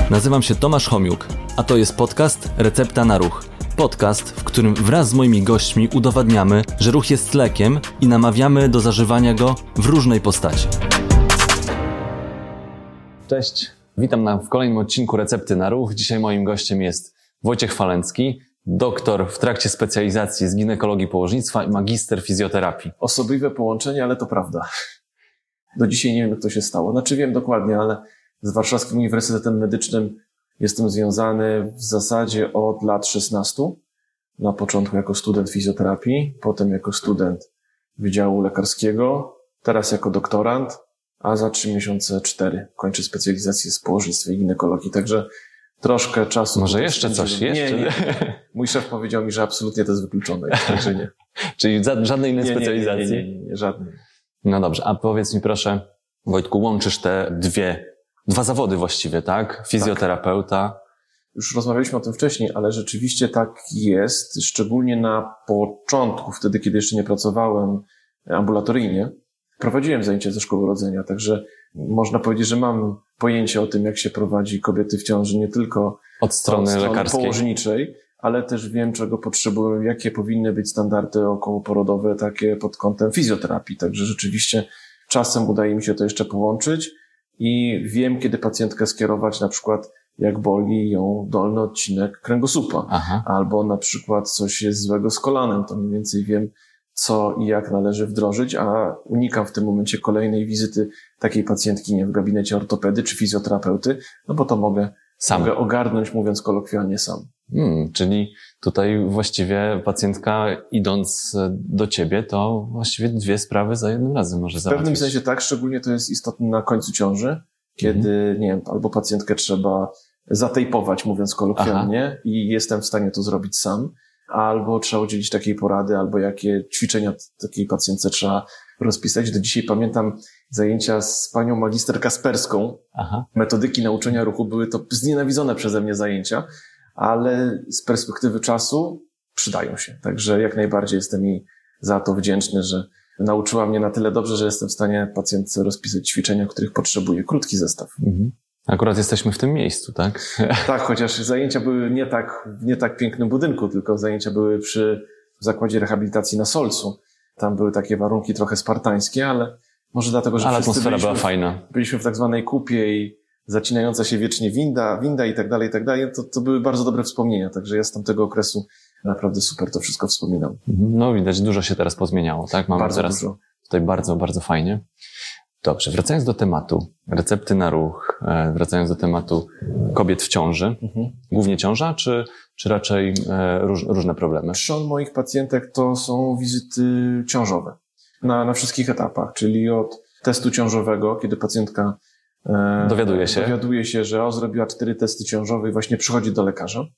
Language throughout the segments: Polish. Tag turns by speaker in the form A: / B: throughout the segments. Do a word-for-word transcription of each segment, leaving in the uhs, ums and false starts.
A: Nazywam się Tomasz Homiuk, a to jest podcast Recepta na ruch. Podcast, w którym wraz z moimi gośćmi udowadniamy, że ruch jest lekiem i namawiamy do zażywania go w różnej postaci. Cześć, witam na, w kolejnym odcinku Recepty na ruch. Dzisiaj moim gościem jest Wojciech Falęcki, doktor w trakcie specjalizacji z ginekologii położnictwa i magister fizjoterapii.
B: Osobliwe połączenie, ale to prawda. Do dzisiaj nie wiem, jak to się stało. Znaczy wiem dokładnie, ale z Warszawskim Uniwersytetem Medycznym jestem związany w zasadzie od lat szesnastu. Na początku jako student fizjoterapii, potem jako student Wydziału Lekarskiego, teraz jako doktorant, a za trzy miesiące cztery kończę specjalizację z położnictwa i ginekologii. Także troszkę czasu...
A: Może jeszcze coś?
B: Nie,
A: jeszcze?
B: Nie, nie. Mój szef powiedział mi, że absolutnie to jest wykluczone. Także nie.
A: Czyli żadnej innej
B: nie,
A: specjalizacji?
B: Nie, nie, nie, nie, nie, żadnej.
A: No dobrze, a powiedz mi proszę, Wojtku, łączysz te dwie, dwa zawody właściwie, tak? Fizjoterapeuta. Tak.
B: Już rozmawialiśmy o tym wcześniej, ale rzeczywiście tak jest, szczególnie na początku, wtedy, kiedy jeszcze nie pracowałem ambulatoryjnie. Prowadziłem zajęcia ze szkoły rodzenia, także można powiedzieć, że mam pojęcie o tym, jak się prowadzi kobiety w ciąży, nie tylko
A: od strony,
B: od strony
A: lekarskiej,
B: położniczej, ale też wiem, czego potrzebują, jakie powinny być standardy okołoporodowe, takie pod kątem fizjoterapii. Także rzeczywiście czasem udaje mi się to jeszcze połączyć i wiem, kiedy pacjentkę skierować, na przykład jak boli ją dolny odcinek kręgosłupa.
A: Aha.
B: Albo na przykład coś jest złego z kolanem, to mniej więcej wiem, co i jak należy wdrożyć, a unikam w tym momencie kolejnej wizyty takiej pacjentki nie w gabinecie ortopedy czy fizjoterapeuty, no bo to mogę,
A: sam.
B: mogę ogarnąć, mówiąc kolokwialnie, sam.
A: Hmm, czyli tutaj właściwie pacjentka idąc do ciebie, to właściwie dwie sprawy za jednym razem może załatwić.
B: W pewnym sensie tak, szczególnie to jest istotne na końcu ciąży, kiedy, mhm. nie wiem, albo pacjentkę trzeba zatejpować, mówiąc kolokwialnie, Aha. i jestem w stanie to zrobić sam, albo trzeba udzielić takiej porady, albo jakie ćwiczenia takiej pacjentce trzeba rozpisać. Do dzisiaj pamiętam zajęcia z panią magister Kasperską. Aha. Metodyki nauczenia ruchu były to znienawidzone przeze mnie zajęcia, ale z perspektywy czasu przydają się. Także jak najbardziej jestem jej za to wdzięczny, że nauczyła mnie na tyle dobrze, że jestem w stanie pacjentce rozpisać ćwiczenia, których potrzebuje. Krótki zestaw. Mhm.
A: Akurat jesteśmy w tym miejscu, tak?
B: Tak, chociaż zajęcia były nie tak, w nie tak pięknym budynku, tylko zajęcia były przy w zakładzie rehabilitacji na Solcu. Tam były takie warunki trochę spartańskie, ale może dlatego, że
A: ale
B: wszyscy
A: atmosfera
B: byliśmy,
A: była fajna.
B: Byliśmy w tak zwanej kupie i zacinająca się wiecznie winda, winda i tak dalej, i tak dalej. To, to były bardzo dobre wspomnienia, także ja z tamtego okresu naprawdę super to wszystko wspominam.
A: No widać, dużo się teraz pozmieniało, tak? Mamy
B: bardzo
A: teraz
B: dużo.
A: Tutaj bardzo, bardzo fajnie. Dobrze, wracając do tematu recepty na ruch, wracając do tematu kobiet w ciąży, mhm. głównie ciąża, czy, czy raczej róż, różne problemy?
B: Trzon moich pacjentek to są wizyty ciążowe na, na wszystkich etapach, czyli od testu ciążowego, kiedy pacjentka e,
A: dowiaduje się.
B: dowiaduje się, że o, zrobiła cztery testy ciążowe i właśnie przychodzi do lekarza,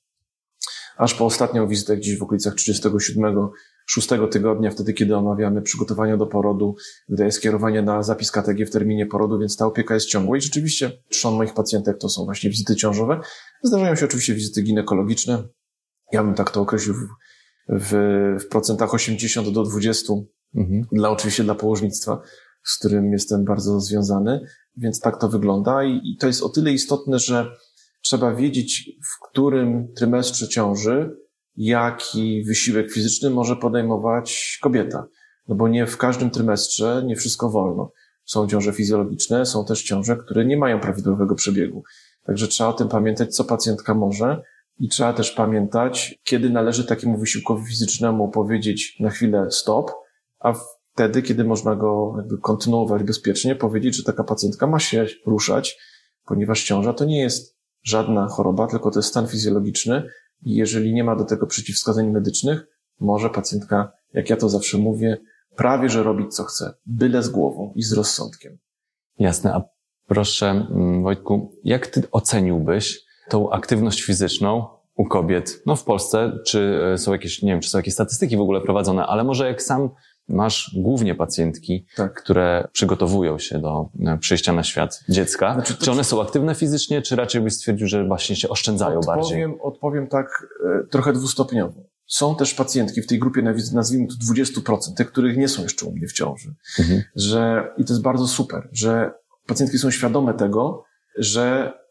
B: aż po ostatnią wizytę gdzieś w okolicach trzydziestego siódmego szóstego tygodnia, wtedy kiedy omawiamy przygotowania do porodu, wydaje skierowanie na zapis K T G w terminie porodu, więc ta opieka jest ciągła i rzeczywiście trzon moich pacjentek to są właśnie wizyty ciążowe. Zdarzają się oczywiście wizyty ginekologiczne. Ja bym tak to określił w, w, w procentach osiemdziesiąt do dwudziestu, mhm. dla oczywiście dla położnictwa, z którym jestem bardzo związany, więc tak to wygląda i, i to jest o tyle istotne, że trzeba wiedzieć, w którym trymestrze ciąży jaki wysiłek fizyczny może podejmować kobieta. No bo nie w każdym trymestrze nie wszystko wolno. Są ciąże fizjologiczne, są też ciąże, które nie mają prawidłowego przebiegu. Także trzeba o tym pamiętać, co pacjentka może i trzeba też pamiętać, kiedy należy takiemu wysiłkowi fizycznemu powiedzieć na chwilę stop, a wtedy, kiedy można go jakby kontynuować bezpiecznie, powiedzieć, że taka pacjentka ma się ruszać, ponieważ ciąża to nie jest żadna choroba, tylko to jest stan fizjologiczny, i jeżeli nie ma do tego przeciwwskazań medycznych, może pacjentka, jak ja to zawsze mówię, prawie że robić co chce, byle z głową i z rozsądkiem.
A: Jasne, a proszę Wojtku, jak ty oceniłbyś tą aktywność fizyczną u kobiet, no w Polsce, czy są jakieś, nie wiem, czy są jakieś statystyki w ogóle prowadzone, ale może jak sam masz głównie pacjentki, tak. które przygotowują się do przyjścia na świat dziecka. Znaczy, czy one są aktywne fizycznie, czy raczej byś stwierdził, że właśnie się oszczędzają
B: odpowiem,
A: bardziej?
B: Odpowiem tak e, trochę dwustopniowo. Są też pacjentki w tej grupie, nazwijmy to dwadzieścia procent, tych, których nie są jeszcze u mnie w ciąży. Mhm. Że, i to jest bardzo super, że pacjentki są świadome tego, że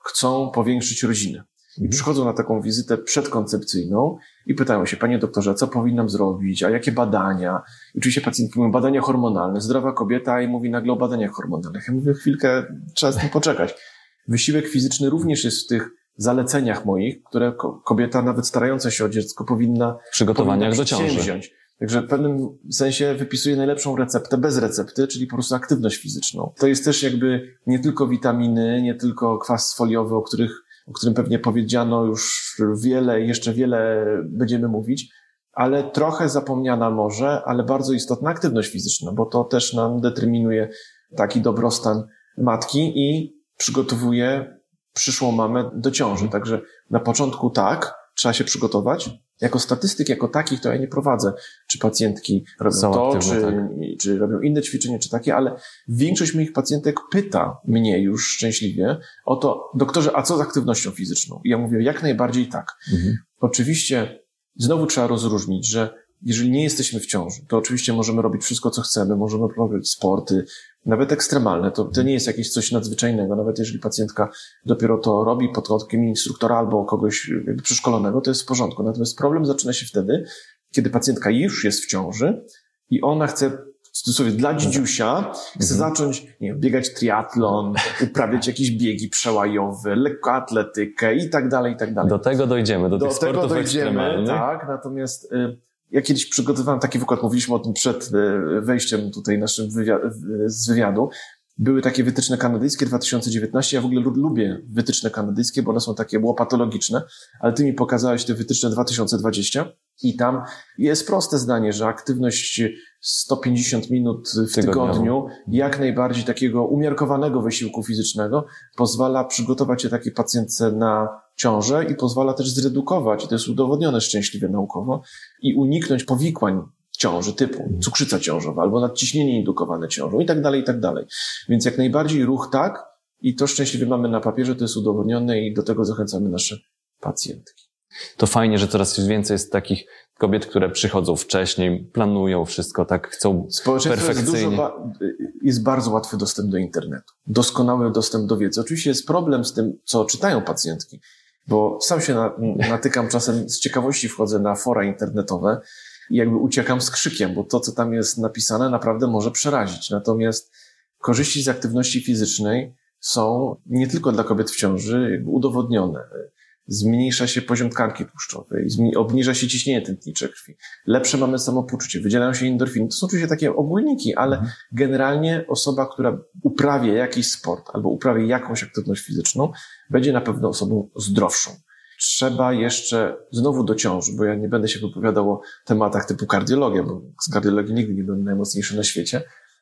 B: chcą powiększyć rodzinę. I przychodzą na taką wizytę przedkoncepcyjną i pytają się, panie doktorze, co powinnam zrobić, a jakie badania? I oczywiście pacjentki mówią, badania hormonalne, zdrowa kobieta i mówi nagle o badaniach hormonalnych. Ja mówię, chwilkę, trzeba z tym poczekać. Wysiłek fizyczny również jest w tych zaleceniach moich, które kobieta nawet starająca się o dziecko powinna
A: w przygotowaniach do ciąży
B: wziąć. Także w pewnym sensie wypisuje najlepszą receptę bez recepty, czyli po prostu aktywność fizyczną. To jest też jakby nie tylko witaminy, nie tylko kwas foliowy, o których o którym pewnie powiedziano już wiele, jeszcze wiele będziemy mówić, ale trochę zapomniana może, ale bardzo istotna aktywność fizyczna, bo to też nam determinuje taki dobrostan matki i przygotowuje przyszłą mamę do ciąży. Także na początku tak, trzeba się przygotować. Jako statystyk, jako takich to ja nie prowadzę, czy pacjentki robią Są to, aktywne, czy, tak. czy robią inne ćwiczenia, czy takie, ale większość moich pacjentek pyta mnie już szczęśliwie o to, doktorze, a co z aktywnością fizyczną? I ja mówię, jak najbardziej tak. Mhm. Oczywiście znowu trzeba rozróżnić, że jeżeli nie jesteśmy w ciąży, to oczywiście możemy robić wszystko, co chcemy, możemy robić sporty, nawet ekstremalne, to, to nie jest jakieś coś nadzwyczajnego, nawet jeżeli pacjentka dopiero to robi pod okiem instruktora albo kogoś jakby przeszkolonego, to jest w porządku. Natomiast problem zaczyna się wtedy, kiedy pacjentka już jest w ciąży i ona chce w cudzysłowie dla dzidziusia, chce mhm. zacząć, nie wiem, biegać triatlon, uprawiać jakieś biegi przełajowe, lekkoatletykę i tak dalej, i tak dalej.
A: Do tego dojdziemy, do, do tych
B: tego
A: sportów
B: dojdziemy,
A: ekstremalnych.
B: Tak, natomiast y, ja kiedyś przygotowywałem taki wykład, mówiliśmy o tym przed wejściem tutaj naszym wywiad, z wywiadu. Były takie wytyczne kanadyjskie dwa tysiące dziewiętnaście. Ja w ogóle lubię wytyczne kanadyjskie, bo one są takie łopatologiczne, ale ty mi pokazałeś te wytyczne dwa tysiące dwadzieścia i tam jest proste zdanie, że aktywność sto pięćdziesiąt minut w tygodniu, tygodniu jak najbardziej takiego umiarkowanego wysiłku fizycznego pozwala przygotować się takiej pacjentce na ciążę i pozwala też zredukować, i to jest udowodnione szczęśliwie naukowo, i uniknąć powikłań ciąży typu cukrzyca ciążowa albo nadciśnienie indukowane ciążą i tak dalej, i tak dalej. Więc jak najbardziej ruch tak i to szczęśliwie mamy na papierze, to jest udowodnione i do tego zachęcamy nasze pacjentki.
A: To fajnie, że coraz więcej jest takich kobiet, które przychodzą wcześniej, planują wszystko, tak chcą perfekcyjnie.
B: Jest, dużo, jest bardzo łatwy dostęp do internetu, doskonały dostęp do wiedzy. Oczywiście jest problem z tym, co czytają pacjentki, bo sam się na, natykam czasem, z ciekawości wchodzę na fora internetowe i jakby uciekam z krzykiem, bo to, co tam jest napisane, naprawdę może przerazić. Natomiast korzyści z aktywności fizycznej są nie tylko dla kobiet w ciąży jakby udowodnione. Zmniejsza się poziom tkanki tłuszczowej, obniża się ciśnienie tętnicze krwi, lepsze mamy samopoczucie, wydzielają się endorfiny. To są oczywiście takie ogólniki, ale mhm. generalnie osoba, która uprawia jakiś sport albo uprawia jakąś aktywność fizyczną, będzie na pewno osobą zdrowszą. Trzeba jeszcze znowu do ciąży, bo ja nie będę się wypowiadał o tematach typu kardiologia, bo z kardiologii nigdy nie byłem najmocniejszy na świecie,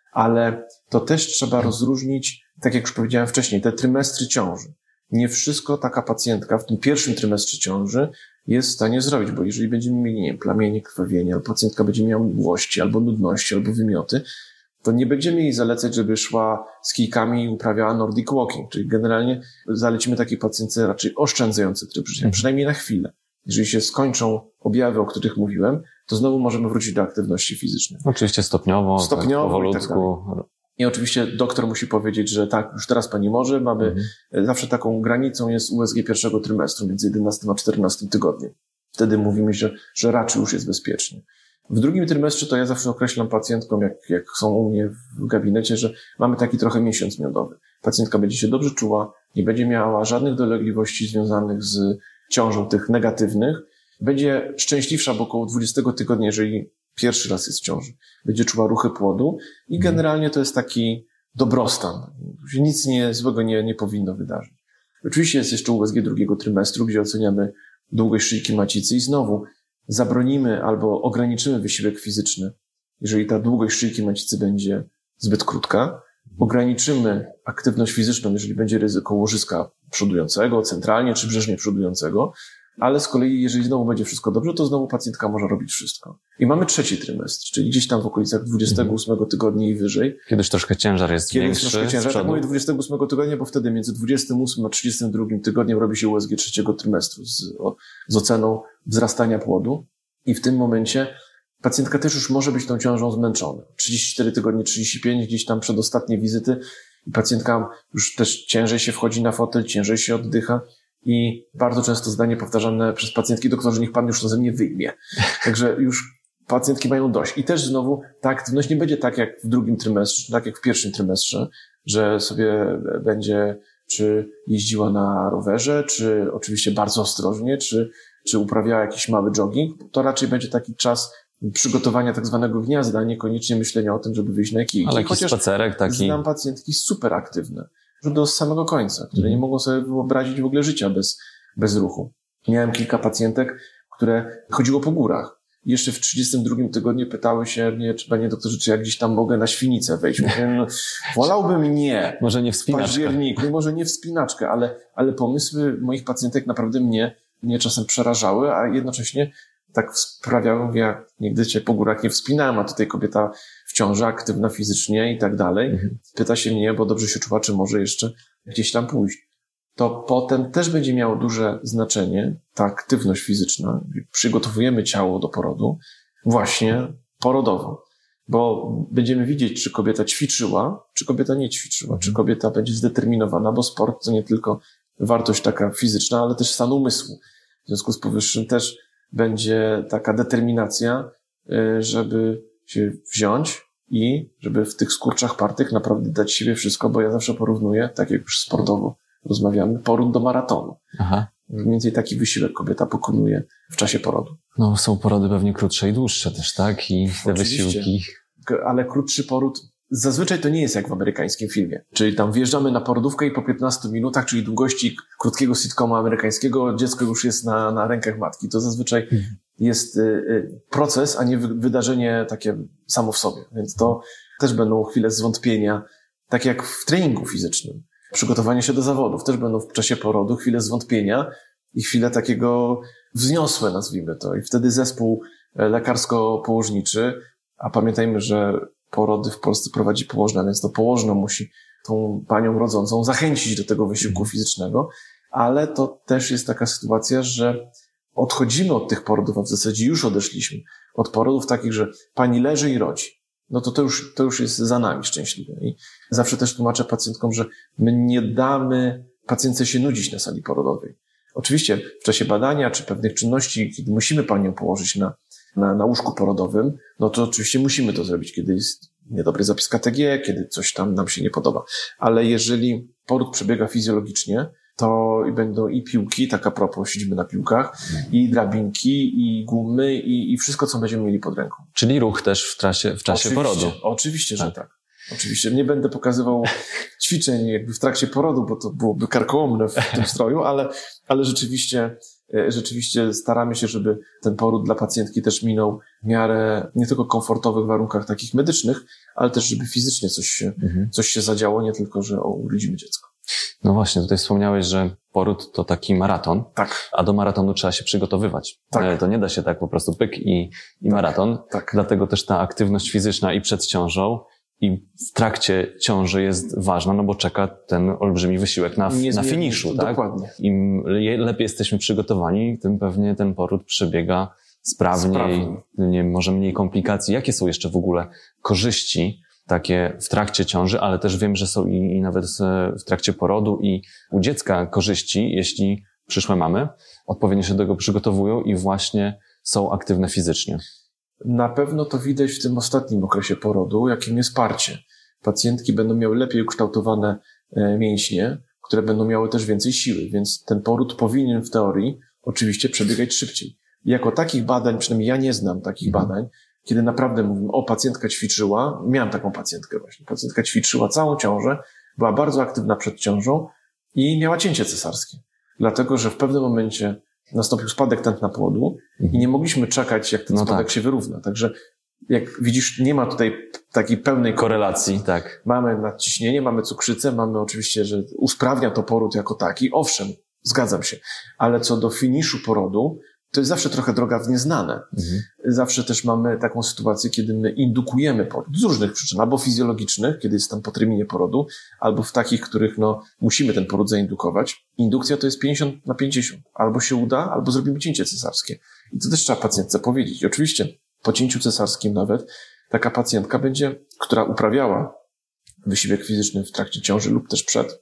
B: ale to też trzeba rozróżnić, tak jak już powiedziałem wcześniej, te trymestry ciąży. Nie wszystko taka pacjentka w tym pierwszym trymestrze ciąży jest w stanie zrobić, bo jeżeli będziemy mieli, nie wiem, plamienie, krwawienie, albo pacjentka będzie miała mdłości, albo nudności, albo wymioty, to nie będziemy jej zalecać, żeby szła z kijkami i uprawiała Nordic Walking, czyli generalnie zalecimy takiej pacjentce raczej oszczędzający tryb życia, przynajmniej na chwilę. Jeżeli się skończą objawy, o których mówiłem, to znowu możemy wrócić do aktywności fizycznej.
A: Oczywiście stopniowo,
B: stopniowo
A: tak, powolutku.
B: I, tak I oczywiście doktor musi powiedzieć, że tak, już teraz pani może, mamy, mhm. zawsze taką granicą jest U S G pierwszego trymestru, między jedenastym a czternastym tygodniem. Wtedy mówimy, że, że raczej już jest bezpiecznie. W drugim trymestrze to ja zawsze określam pacjentkom, jak, jak są u mnie w gabinecie, że mamy taki trochę miesiąc miodowy. Pacjentka będzie się dobrze czuła, nie będzie miała żadnych dolegliwości związanych z ciążą tych negatywnych, będzie szczęśliwsza, bo około dwudziestego tygodnia, jeżeli pierwszy raz jest w ciąży, będzie czuła ruchy płodu i generalnie to jest taki dobrostan. Nic nie, złego nie, nie powinno wydarzyć. Oczywiście jest jeszcze U S G drugiego trymestru, gdzie oceniamy długość szyjki macicy i znowu zabronimy albo ograniczymy wysiłek fizyczny, jeżeli ta długość szyjki macicy będzie zbyt krótka. Ograniczymy aktywność fizyczną, jeżeli będzie ryzyko łożyska przodującego, centralnie czy brzeżnie przodującego, ale z kolei, jeżeli znowu będzie wszystko dobrze, to znowu pacjentka może robić wszystko. I mamy trzeci trymestr, czyli gdzieś tam w okolicach dwudziestego ósmego tygodnia i wyżej.
A: Kiedyś troszkę ciężar jest
B: Kiedyś
A: większy.
B: troszkę ciężar. Tak mówię dwudziestego ósmego tygodnia, bo wtedy między dwudziestym ósmym a trzydziestym drugim tygodniem robi się U S G trzeciego trymestru z, o, z oceną wzrastania płodu. I w tym momencie pacjentka też już może być tą ciążą zmęczona. trzydzieści cztery tygodnie, trzydzieści pięć, gdzieś tam przedostatnie wizyty. I pacjentka już też ciężej się wchodzi na fotel, ciężej się oddycha i bardzo często zdanie powtarzane przez pacjentki: doktorze, niech pan już to ze mnie wyjmie. Także już pacjentki mają dość. I też znowu ta aktywność nie będzie tak jak w drugim trymestrze, tak jak w pierwszym trymestrze, że sobie będzie czy jeździła na rowerze, czy oczywiście bardzo ostrożnie, czy, czy uprawiała jakiś mały jogging. To raczej będzie taki czas przygotowania tak zwanego gniazda, niekoniecznie myślenia o tym, żeby wyjść na kijki.
A: Ale jakiś
B: Chociaż
A: spacerek taki.
B: Znam pacjentki super aktywne, że do samego końca, które nie mogą sobie wyobrazić w ogóle życia bez, bez ruchu. Miałem kilka pacjentek, które chodziło po górach. I jeszcze w trzydziestym drugim tygodniu pytały się mnie, czy panie doktorze, czy ja gdzieś tam mogę na Świnicę wejść. Mówię, no, wolałbym nie.
A: Może nie
B: w
A: wspinaczkę.
B: październiku, może nie wspinaczkę, ale, ale pomysły moich pacjentek naprawdę mnie, mnie czasem przerażały, a jednocześnie tak sprawiały, mówię, ja nigdy się po górach nie wspinałem, a tutaj kobieta w ciąży, aktywna fizycznie i tak dalej. Mhm. Pyta się mnie, bo dobrze się czuła, czy może jeszcze gdzieś tam pójść. To potem też będzie miało duże znaczenie ta aktywność fizyczna. Przygotowujemy ciało do porodu właśnie porodowo, bo będziemy widzieć, czy kobieta ćwiczyła, czy kobieta nie ćwiczyła, czy kobieta będzie zdeterminowana, bo sport to nie tylko wartość taka fizyczna, ale też stan umysłu. W związku z powyższym też będzie taka determinacja, żeby się wziąć i żeby w tych skurczach partych naprawdę dać siebie wszystko, bo ja zawsze porównuję, tak jak już sportowo rozmawiamy, poród do maratonu. Aha. Mniej więcej taki wysiłek kobieta pokonuje w czasie porodu.
A: No, są porody pewnie krótsze i dłuższe też, tak? I te
B: Oczywiście,
A: wysiłki.
B: Ale krótszy poród, zazwyczaj to nie jest jak w amerykańskim filmie. Czyli tam wjeżdżamy na porodówkę i po piętnastu minutach, czyli długości krótkiego sitcomu amerykańskiego, dziecko już jest na, na rękach matki. To zazwyczaj mhm. jest y, y, proces, a nie wy, wydarzenie takie samo w sobie. Więc to też będą chwile zwątpienia, tak jak w treningu fizycznym. Przygotowanie się do zawodów. Też będą w czasie porodu chwile zwątpienia i chwile takiego wzniosłe, nazwijmy to. I wtedy zespół lekarsko-położniczy, a pamiętajmy, że porody w Polsce prowadzi położna, więc to położna musi tą panią rodzącą zachęcić do tego wysiłku fizycznego, ale to też jest taka sytuacja, że odchodzimy od tych porodów, a w zasadzie już odeszliśmy od porodów takich, że pani leży i rodzi. No to to już, to już jest za nami szczęśliwe. I zawsze też tłumaczę pacjentkom, że my nie damy pacjentce się nudzić na sali porodowej. Oczywiście w czasie badania czy pewnych czynności, kiedy musimy panią położyć na, na, na łóżku porodowym, no to oczywiście musimy to zrobić, kiedy jest niedobry zapis K T G, kiedy coś tam nam się nie podoba. Ale jeżeli poród przebiega fizjologicznie, to będą i piłki, tak a propos, siedzimy na piłkach, i drabinki, i gumy, i, i wszystko, co będziemy mieli pod ręką.
A: Czyli ruch też w czasie, w czasie
B: oczywiście,
A: porodu.
B: Oczywiście, tak. że tak. Oczywiście. Nie będę pokazywał ćwiczeń jakby w trakcie porodu, bo to byłoby karkołomne w tym stroju, ale, ale rzeczywiście, rzeczywiście staramy się, żeby ten poród dla pacjentki też minął w miarę nie tylko komfortowych warunkach takich medycznych, ale też, żeby fizycznie coś się, mhm. coś się zadziało, nie tylko, że o, urodzimy dziecko.
A: No właśnie, tutaj wspomniałeś, że poród to taki maraton,
B: tak.
A: a do maratonu trzeba się przygotowywać.
B: Tak.
A: To nie da się tak po prostu pyk i, i tak. maraton.
B: Tak.
A: Dlatego też ta aktywność fizyczna i przed ciążą, i w trakcie ciąży jest ważna, no bo czeka ten olbrzymi wysiłek na, na finiszu, tak?
B: Dokładnie.
A: Im lepiej jesteśmy przygotowani, tym pewnie ten poród przebiega sprawniej,
B: Sprawnie.
A: nie, może mniej komplikacji. Jakie są jeszcze w ogóle korzyści takie w trakcie ciąży, ale też wiem, że są i, i nawet w trakcie porodu i u dziecka korzyści, jeśli przyszłe mamy odpowiednio się do tego przygotowują i właśnie są aktywne fizycznie.
B: Na pewno to widać w tym ostatnim okresie porodu, jakim jest parcie. Pacjentki będą miały lepiej ukształtowane mięśnie, które będą miały też więcej siły, więc ten poród powinien w teorii oczywiście przebiegać szybciej. Jako takich badań, przynajmniej ja nie znam takich badań, kiedy naprawdę mówimy, o, pacjentka ćwiczyła, miałam taką pacjentkę właśnie, pacjentka ćwiczyła całą ciążę, była bardzo aktywna przed ciążą i miała cięcie cesarskie. Dlatego, że w pewnym momencie nastąpił spadek tętna płodu i nie mogliśmy czekać, jak ten
A: no
B: spadek
A: tak.
B: się wyrówna. Także jak widzisz, nie ma tutaj takiej pełnej
A: korelacji, tak.
B: Mamy nadciśnienie, mamy cukrzycę, mamy oczywiście, że usprawnia to poród jako taki. Owszem, zgadzam się. Ale co do finiszu porodu, to jest zawsze trochę droga w nieznane. Mhm. Zawsze też mamy taką sytuację, kiedy my indukujemy poród z różnych przyczyn, albo fizjologicznych, kiedy jest tam po terminie porodu, albo w takich, których no musimy ten poród zaindukować. Indukcja to jest pięćdziesiąt na pięćdziesiąt. Albo się uda, albo zrobimy cięcie cesarskie. I to też trzeba pacjentce powiedzieć. I oczywiście po cięciu cesarskim nawet taka pacjentka będzie, która uprawiała wysiłek fizyczny w trakcie ciąży lub też przed,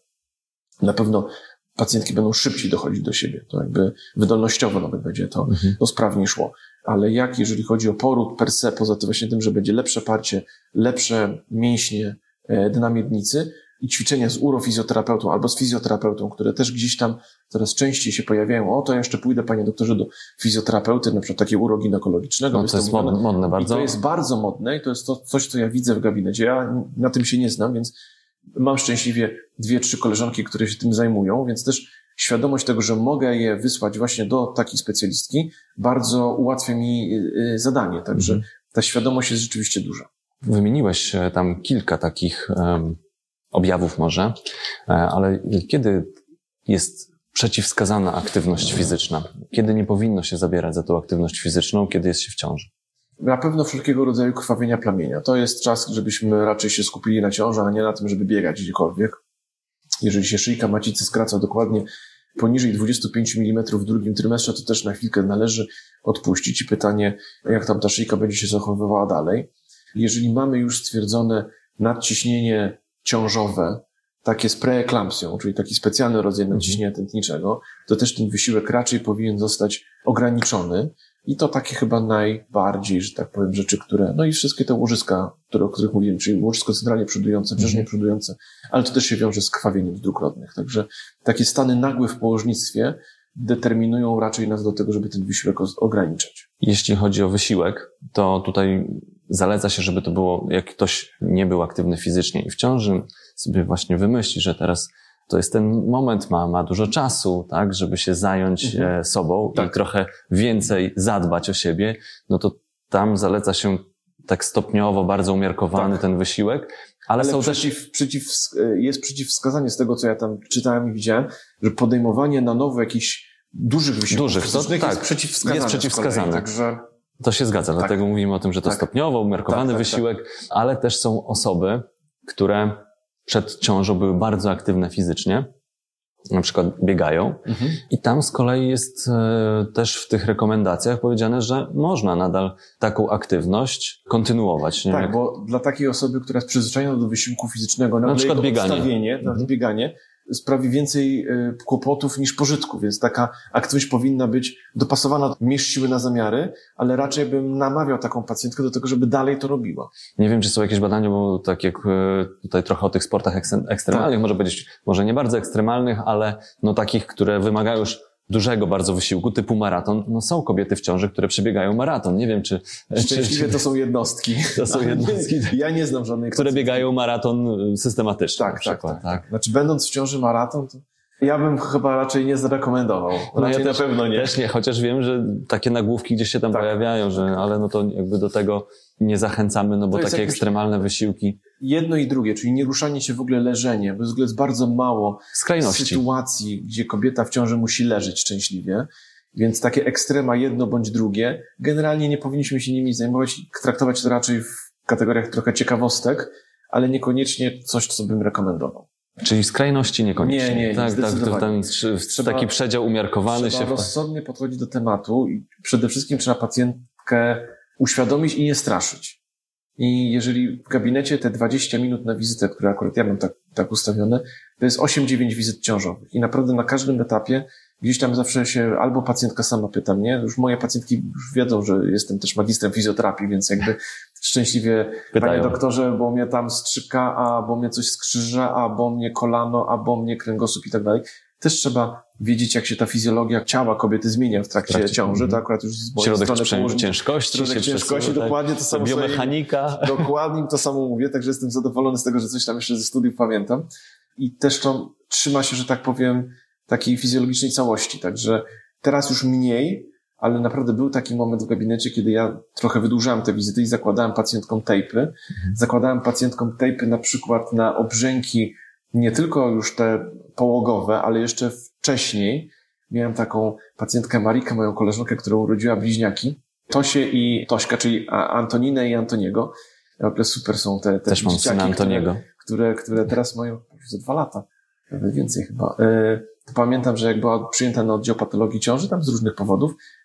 B: na pewno pacjentki będą szybciej dochodzić do siebie. To jakby wydolnościowo nawet będzie to, mhm. to sprawniej szło. Ale jak, jeżeli chodzi o poród per se, poza tym właśnie tym, że będzie lepsze parcie, lepsze mięśnie dna miednicy i ćwiczenia z urofizjoterapeutą albo z fizjoterapeutą, które też gdzieś tam coraz częściej się pojawiają. O, to ja jeszcze pójdę, panie doktorze, do fizjoterapeuty, na przykład takiego uroginekologicznego.
A: No, to jest modne, modne bardzo.
B: I to jest bardzo modne i to jest to coś, co ja widzę w gabinecie. Ja na tym się nie znam, więc mam szczęśliwie dwie, trzy koleżanki, które się tym zajmują, więc też świadomość tego, że mogę je wysłać właśnie do takiej specjalistki, bardzo ułatwia mi zadanie. Także mhm. ta świadomość jest rzeczywiście duża.
A: Wymieniłeś tam kilka takich um, objawów może, ale kiedy jest przeciwwskazana aktywność fizyczna? Kiedy nie powinno się zabierać za tą aktywność fizyczną, kiedy jest się w ciąży?
B: Na pewno wszelkiego rodzaju krwawienia plamienia. To jest czas, żebyśmy raczej się skupili na ciąży, a nie na tym, żeby biegać gdziekolwiek. Jeżeli się szyjka macicy skraca dokładnie poniżej dwadzieścia pięć milimetrów w drugim trymestrze, to też na chwilkę należy odpuścić i pytanie, jak tam ta szyjka będzie się zachowywała dalej. Jeżeli mamy już stwierdzone nadciśnienie ciążowe, takie z preeklampsją, czyli taki specjalny rodzaj nadciśnienia tętniczego, to też ten wysiłek raczej powinien zostać ograniczony. I to takie chyba najbardziej, że tak powiem, rzeczy, które, no i wszystkie te łożyska, które, o których mówiłem, czyli łożysko centralnie przodujące, brzeżnie przodujące, ale to też się wiąże z krwawieniem dwukrotnych. Także takie stany nagłe w położnictwie determinują raczej nas do tego, żeby ten wysiłek ograniczać.
A: Jeśli chodzi o wysiłek, to tutaj zaleca się, żeby to było, jak ktoś nie był aktywny fizycznie i w ciąży sobie właśnie wymyśli, że teraz to jest ten moment, ma, ma dużo czasu, tak, żeby się zająć mhm. sobą tak. i trochę więcej zadbać o siebie, no to tam zaleca się tak stopniowo, bardzo umiarkowany tak. ten wysiłek, ale, ale są
B: przeciw,
A: też...
B: Przeciw, jest przeciwwskazanie z tego, co ja tam czytałem i widziałem, że podejmowanie na nowo jakichś dużych wysiłków
A: dużych, to, tak,
B: jest przeciwwskazane.
A: Jest przeciwwskazane.
B: Kolei, także...
A: To się zgadza, tak. dlatego mówimy o tym, że to
B: tak.
A: stopniowo, umiarkowany tak, tak, wysiłek, tak. ale też są osoby, które przed ciążą były bardzo aktywne fizycznie, na przykład biegają mhm. i tam z kolei jest e, też w tych rekomendacjach powiedziane, że można nadal taką aktywność kontynuować. Nie?
B: Tak,
A: Jak...
B: bo dla takiej osoby, która jest przyzwyczajona do wysiłku fizycznego,
A: na przykład bieganie,
B: odstawienie, mhm. bieganie sprawi więcej y, kłopotów niż pożytku, więc taka aktywność powinna być dopasowana, mierz siły na zamiary, ale raczej bym namawiał taką pacjentkę do tego, żeby dalej to robiła.
A: Nie wiem, czy są jakieś badania, bo tak jak tutaj trochę o tych sportach ekstremalnych, tak. może powiedzieć, może nie bardzo ekstremalnych, ale no takich, które wymagają już dużego bardzo wysiłku, typu maraton, no są kobiety w ciąży, które przebiegają maraton. Nie wiem, czy...
B: Szczęśliwie to są jednostki.
A: To są jednostki.
B: Ja nie znam żadnej...
A: Które pacjentki. Biegają maraton systematycznie.
B: Tak, tak, tak, tak. Znaczy, będąc w ciąży maraton, to ja bym chyba raczej nie zarekomendował.
A: No
B: raczej
A: ja
B: na
A: też,
B: pewno nie.
A: Też nie, chociaż wiem, że takie nagłówki gdzieś się tam tak. pojawiają, że, ale no to jakby do tego nie zachęcamy, no bo takie ekstremalne wysiłki.
B: Jedno i drugie, czyli nie ruszanie się w ogóle, leżenie, bo jest bardzo mało
A: skrajności.
B: Sytuacji, gdzie kobieta w ciąży musi leżeć szczęśliwie, więc takie ekstrema jedno bądź drugie, generalnie nie powinniśmy się nimi zajmować i traktować to raczej w kategoriach trochę ciekawostek, ale niekoniecznie coś, co bym rekomendował.
A: Czyli skrajności niekoniecznie.
B: Nie, nie,
A: tak,
B: zdecydowanie.
A: Tak, trzeba, taki przedział umiarkowany
B: trzeba
A: się...
B: rozsądnie podchodzić do tematu i przede wszystkim trzeba pacjentkę uświadomić i nie straszyć. I jeżeli w gabinecie te dwadzieścia minut na wizytę, które akurat ja mam tak, tak ustawione, to jest osiem dziewięć wizyt ciążowych. I naprawdę na każdym etapie gdzieś tam zawsze się albo pacjentka sama pyta mnie, już moje pacjentki już wiedzą, że jestem też magistrem fizjoterapii, więc jakby szczęśliwie pytają. Panie doktorze, bo mnie tam strzyka, a bo mnie coś skrzyża, a bo mnie kolano, a bo mnie kręgosłup i tak dalej. Też trzeba wiedzieć, jak się ta fizjologia ciała kobiety zmienia w trakcie, w trakcie ciąży. To akurat już z mojej
A: środek
B: strony
A: położenia. Ciężkości.
B: Środek ciężkości, tak, dokładnie to samo.
A: Biomechanika.
B: Sobie, dokładnie to samo mówię, także jestem zadowolony z tego, że coś tam jeszcze ze studiów pamiętam. I też to trzyma się, że tak powiem, takiej fizjologicznej całości. Także teraz już mniej, ale naprawdę był taki moment w gabinecie, kiedy ja trochę wydłużałem te wizyty i zakładałem pacjentkom tejpy. Mhm. Zakładałem pacjentkom tejpy na przykład na obrzęki, nie tylko już te połogowe, ale jeszcze wcześniej. Miałem taką pacjentkę Marikę, moją koleżankę, która urodziła bliźniaki. Tosię i Tośka, czyli Antoninę i Antoniego. Naprawdę super są te, te
A: Też mam syna Antoniego.
B: Które, które, które teraz mają już za dwa lata. Nawet więcej chyba. To pamiętam, że jak była przyjęta na oddział patologii ciąży, tam z różnych powodów,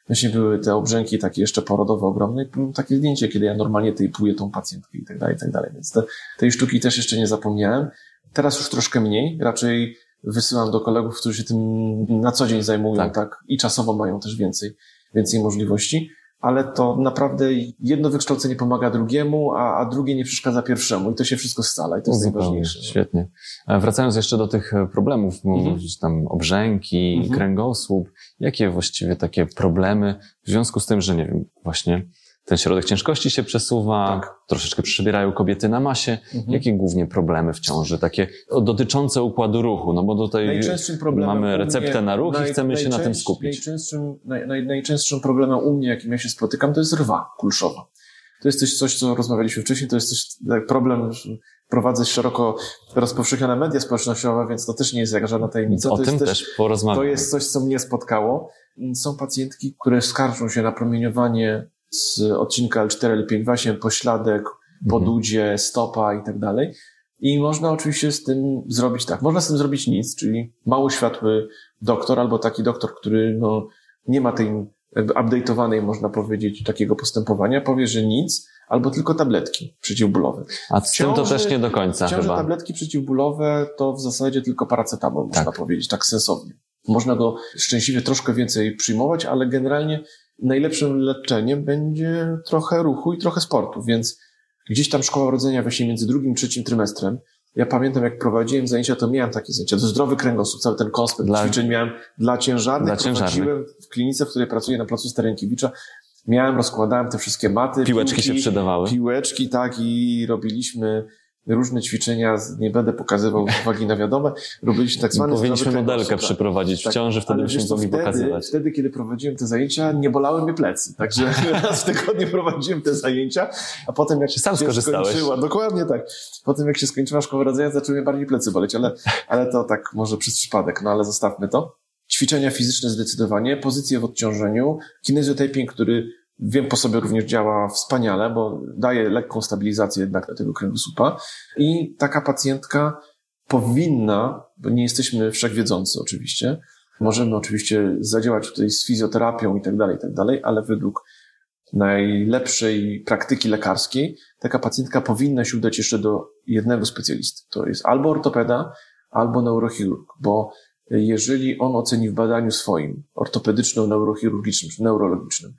B: Właśnie były te obrzęki takie jeszcze porodowe ogromne i takie zdjęcie, kiedy ja normalnie tejpuję tą pacjentkę i tak dalej, i tak dalej. Więc te, tej sztuki też jeszcze nie zapomniałem. Teraz już troszkę mniej, raczej wysyłam do kolegów, którzy się tym na co dzień zajmują, tak, tak i czasowo mają też więcej, więcej możliwości, ale to naprawdę jedno wykształcenie pomaga drugiemu, a, a drugie nie przeszkadza pierwszemu i to się wszystko scala i to jest
A: Zupełnie,
B: najważniejsze.
A: Świetnie. Wracając jeszcze do tych problemów, mhm. mówisz tam obrzęki, mhm. kręgosłup, jakie właściwie takie problemy w związku z tym, że nie wiem, właśnie ten środek ciężkości się przesuwa, tak. troszeczkę przybierają kobiety na masie. Mhm. Jakie głównie problemy w ciąży? Takie dotyczące układu ruchu, no bo tutaj mamy receptę na ruch naj, i chcemy się na tym skupić.
B: Najczęstszym, naj, naj, najczęstszym problemem u mnie, jakim ja się spotykam, to jest rwa kulszowa. To jest coś, coś co rozmawialiśmy wcześniej, to jest coś, problem, prowadzę szeroko rozpowszechnione media społecznościowe, więc to też nie jest jak żadna tajemnica.
A: O
B: to
A: tym
B: jest
A: też porozmawiamy.
B: To jest coś, co mnie spotkało. Są pacjentki, które skarżą się na promieniowanie z odcinka L cztery, L pięć, właśnie pośladek, podudzie, stopa i tak dalej. I można oczywiście z tym zrobić tak. Można z tym zrobić nic, czyli mało światły doktor albo taki doktor, który no, nie ma tej jakby update'owanej, można powiedzieć, takiego postępowania, powie, że nic, albo tylko tabletki przeciwbólowe.
A: A z tym to też nie do końca
B: w ciąży
A: chyba.
B: Tabletki przeciwbólowe to w zasadzie tylko paracetamol, tak. można powiedzieć, tak sensownie. Można go szczęśliwie troszkę więcej przyjmować, ale generalnie najlepszym leczeniem będzie trochę ruchu i trochę sportu, więc gdzieś tam szkoła rodzenia właśnie między drugim i trzecim trymestrem. Ja pamiętam, jak prowadziłem zajęcia, to miałem takie zajęcia. To zdrowy kręgosłup, cały ten konspekt dla, ćwiczeń miałem dla ciężarnych. Dla ciężarnych. Prowadziłem w klinice, w której pracuję na placu Starenkiewicza. Miałem, rozkładałem te wszystkie maty.
A: Piłeczki
B: piłki,
A: się przydawały.
B: Piłeczki, tak, i robiliśmy różne ćwiczenia, nie będę pokazywał uwagi na wiadome, robiliśmy tak zwane...
A: Powinniśmy modelkę tak. przyprowadzić w tak. ciąży, wtedy byśmy mogli
B: wtedy,
A: pokazywać.
B: Wtedy, kiedy prowadziłem te zajęcia, nie bolały mnie plecy. Także raz w tygodniu prowadziłem te zajęcia, a potem jak się,
A: Sam
B: się skończyła... Dokładnie tak. Potem jak się skończyła szkoła rodzenia, zaczęły mnie bardziej plecy boleć, ale, ale to tak może przez przypadek, no ale zostawmy to. Ćwiczenia fizyczne zdecydowanie, pozycje w odciążeniu, kinezjotaping, który wiem po sobie również działa wspaniale, bo daje lekką stabilizację jednak dla tego kręgosłupa i taka pacjentka powinna, bo nie jesteśmy wszechwiedzący oczywiście, możemy oczywiście zadziałać tutaj z fizjoterapią i tak dalej, i tak dalej, ale według najlepszej praktyki lekarskiej taka pacjentka powinna się udać jeszcze do jednego specjalisty. To jest albo ortopeda, albo neurochirurg, bo jeżeli on oceni w badaniu swoim ortopedyczno-neurochirurgicznym czy neurologicznym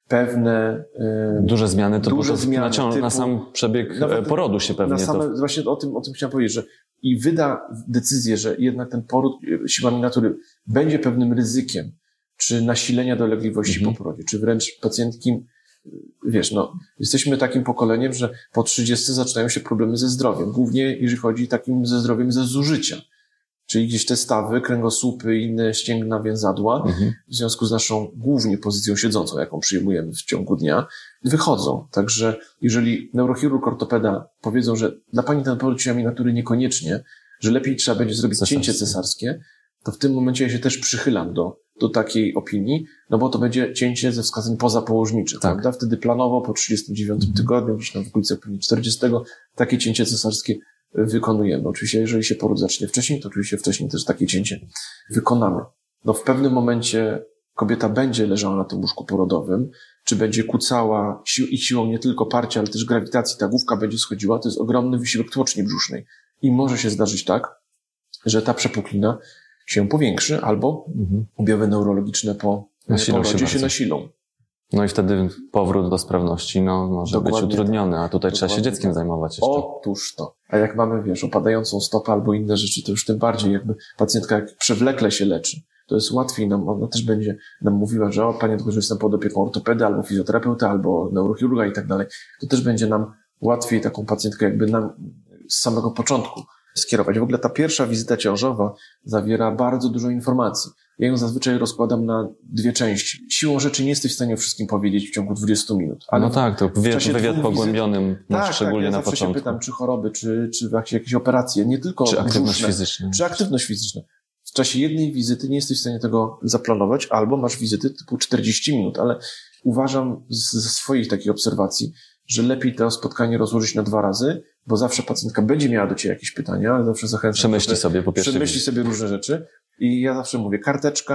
B: pewne
A: duże zmiany, to
B: duże
A: to
B: zmiany
A: na, cią-
B: typu,
A: na sam przebieg porodu się pewnie
B: na same,
A: to...
B: Właśnie o tym, o tym chciałem powiedzieć, że i wyda decyzję, że jednak ten poród siłami natury będzie pewnym ryzykiem, czy nasilenia dolegliwości mhm. po porodzie, czy wręcz pacjentki, wiesz, no, jesteśmy takim pokoleniem, że po trzydziestce zaczynają się problemy ze zdrowiem, głównie jeżeli chodzi takim ze zdrowiem ze zużycia. Czyli gdzieś te stawy, kręgosłupy i inne ścięgna, więzadła, mhm. w związku z naszą głównie pozycją siedzącą, jaką przyjmujemy w ciągu dnia, wychodzą. Także jeżeli neurochirurg, ortopeda powiedzą, że dla pani ten poród siłami natury niekoniecznie, że lepiej trzeba będzie zrobić cesarskie. cięcie cesarskie, to w tym momencie ja się też przychylam do, do takiej opinii, no bo to będzie cięcie ze wskazań pozapołożniczych, tak. prawda? Wtedy planowo po trzydziestym dziewiątym mhm. tygodniu, gdzieś tam w okolicach pewnie czterdziestego, takie cięcie cesarskie wykonujemy. Oczywiście, jeżeli się poród zacznie wcześniej, to oczywiście wcześniej też takie cięcie wykonamy. No w pewnym momencie kobieta będzie leżała na tym łóżku porodowym, czy będzie kucała sił, i siłą nie tylko parcia, ale też grawitacji, ta główka będzie schodziła, to jest ogromny wysiłek tłoczni brzusznej. I może się zdarzyć tak, że ta przepuklina się powiększy, albo mhm. objawy neurologiczne po
A: nasilą
B: porodzie się,
A: się
B: nasilą.
A: No i wtedy powrót do sprawności no, może Dokładnie być utrudniony, a tutaj
B: Dokładnie
A: trzeba się dzieckiem
B: tak.
A: zajmować jeszcze.
B: Otóż to. A jak mamy, wiesz, opadającą stopę albo inne rzeczy, to już tym bardziej jakby pacjentka jak przewlekle się leczy, to jest łatwiej nam, ona też będzie nam mówiła, że o, panie doktorze, jestem pod opieką ortopedy, albo fizjoterapeuty, albo neurochirurga i tak dalej. To też będzie nam łatwiej taką pacjentkę jakby nam z samego początku skierować. W ogóle ta pierwsza wizyta ciążowa zawiera bardzo dużo informacji. Ja ją zazwyczaj rozkładam na dwie części. Siłą rzeczy nie jesteś w stanie o wszystkim powiedzieć w ciągu dwudziestu minut. Ale
A: no tak, to wywiad, wywiad pogłębionym,
B: wizyt... tak,
A: szczególnie
B: tak, ja
A: na początku.
B: się pytam, czy choroby, czy, czy jakieś operacje, nie tylko
A: czy aktywność
B: brzuszne,
A: fizyczna.
B: Czy aktywność fizyczna. W czasie jednej wizyty nie jesteś w stanie tego zaplanować, albo masz wizyty typu czterdzieści minut, ale uważam ze swoich takich obserwacji, że lepiej to spotkanie rozłożyć na dwa razy, bo zawsze pacjentka będzie miała do ciebie jakieś pytania, ale zawsze zachęcam.
A: Przemyśli sobie po pierwsze.
B: Przemyśli sobie różne rzeczy i ja zawsze mówię karteczka,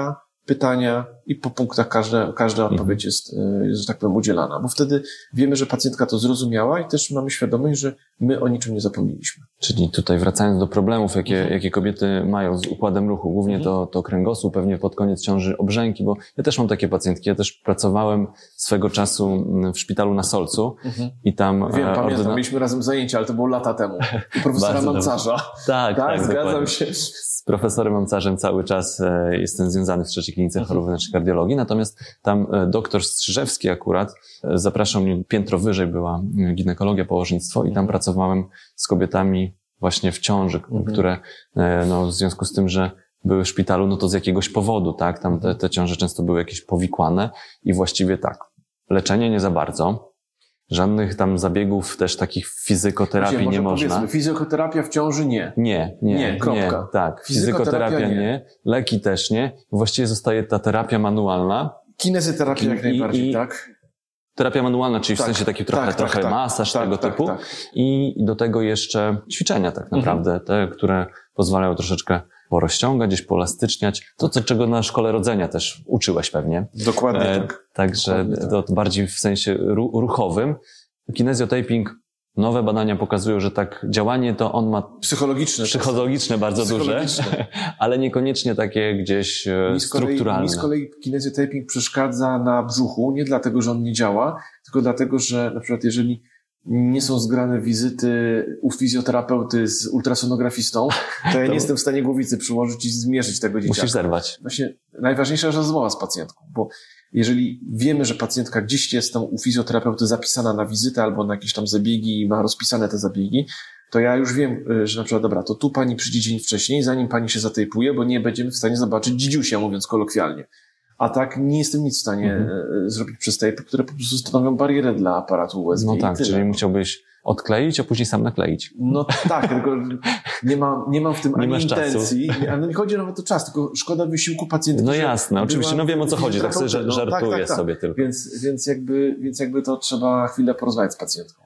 B: pytania i po punktach każda, każda odpowiedź jest, jest, że tak powiem, udzielana. Bo wtedy wiemy, że pacjentka to zrozumiała i też mamy świadomość, że my o niczym nie zapomnieliśmy.
A: Czyli tutaj wracając do problemów, jakie, mhm. jakie kobiety mają z układem ruchu, głównie mhm. to, to kręgosłup, pewnie pod koniec ciąży obrzęki, bo ja też mam takie pacjentki. Ja też pracowałem swego czasu w szpitalu na Solcu mhm. i tam...
B: Wiem, e, pamiętam, ordyna... mieliśmy razem zajęcia, ale to było lata temu. U profesora Mancarza.
A: Tak, tak,
B: tak zgadzam
A: dokładnie.
B: się.
A: Z profesorem Mancarzem cały czas e, jestem związany w trzeciej klinice chorób wewnętrznych kardiologii, natomiast tam e, doktor Strzyżewski akurat e, zapraszał mnie piętro wyżej, była ginekologia, położnictwo i tam mhm. pracowałem z kobietami właśnie w ciąży, mhm. które e, no, w związku z tym, że były w szpitalu, no to z jakiegoś powodu, tak, tam te, te ciąże często były jakieś powikłane i właściwie tak, leczenie nie za bardzo. Żadnych tam zabiegów też takich fizykoterapii Właśnie, nie można.
B: Powiedzmy, fizjoterapia w ciąży nie.
A: Nie, nie,
B: nie, kropka.
A: nie tak. Fizykoterapia nie. nie, leki też nie. Właściwie zostaje ta terapia manualna.
B: Kinezyterapia jak najbardziej, i, tak?
A: Terapia manualna, czyli
B: tak,
A: w sensie taki trochę,
B: tak,
A: trochę
B: tak,
A: masaż
B: tak,
A: tego
B: tak,
A: typu.
B: Tak, tak.
A: I do tego jeszcze ćwiczenia tak naprawdę, mhm. te, które pozwalają troszeczkę porozciągać, gdzieś polastyczniać. To, co, czego na szkole rodzenia też uczyłeś pewnie.
B: Dokładnie e, tak.
A: Także
B: Dokładnie
A: to
B: tak.
A: bardziej w sensie ru, ruchowym. Kinezjotaping, nowe badania pokazują, że tak działanie to on ma
B: psychologiczne,
A: psychologiczne bardzo psychologiczne. duże, ale niekoniecznie takie gdzieś mi strukturalne.
B: Mi z kolei kinezjotaping przeszkadza na brzuchu, nie dlatego, że on nie działa, tylko dlatego, że na przykład jeżeli nie są zgrane wizyty u fizjoterapeuty z ultrasonografistą, to ja to... nie jestem w stanie głowicy przyłożyć i zmierzyć tego dzieciaka.
A: Musisz zerwać.
B: Właśnie najważniejsza rozmowa z pacjentką, bo jeżeli wiemy, że pacjentka gdzieś jest tam u fizjoterapeuty zapisana na wizytę albo na jakieś tam zabiegi i ma rozpisane te zabiegi, to ja już wiem, że na przykład, dobra, to tu pani przyjdzie dzień wcześniej, zanim pani się zatejpuje, bo nie będziemy w stanie zobaczyć dzidziusia, mówiąc kolokwialnie. A tak nie jestem nic w stanie mhm. zrobić przez tejpy, które po prostu stanowią barierę dla aparatu U S G.
A: No tak, czyli musiałbyś odkleić, a później sam nakleić.
B: No tak, tylko nie mam, nie mam w tym
A: nie
B: ani
A: masz
B: intencji.
A: Czasu.
B: Ale nie chodzi nawet o czas, tylko szkoda wysiłku pacjenta.
A: No jasne, oczywiście, no wiem o co chodzi, tak sobie
B: no,
A: żartuję
B: tak, tak, tak.
A: sobie tylko.
B: Więc, więc, jakby, więc jakby to trzeba chwilę porozmawiać z pacjentką.